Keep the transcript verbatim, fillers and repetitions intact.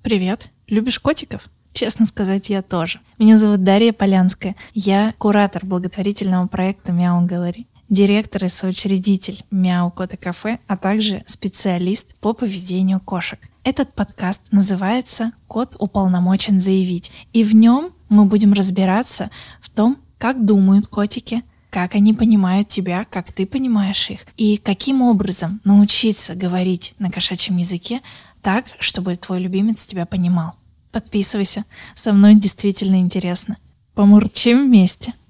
Привет! Любишь котиков? Честно сказать, я тоже. Меня зовут Дарья Полянская. Я куратор благотворительного проекта Мяу Gallery, директор и соучредитель Мяу Кот и Кафе, а также специалист по поведению кошек. Этот подкаст называется «Кот уполномочен заявить», и в нем мы будем разбираться в том, как думают котики, как они понимают тебя, как ты понимаешь их, и каким образом научиться говорить на кошачьем языке так, чтобы твой любимец тебя понимал. Подписывайся, со мной действительно интересно. Помурчим вместе.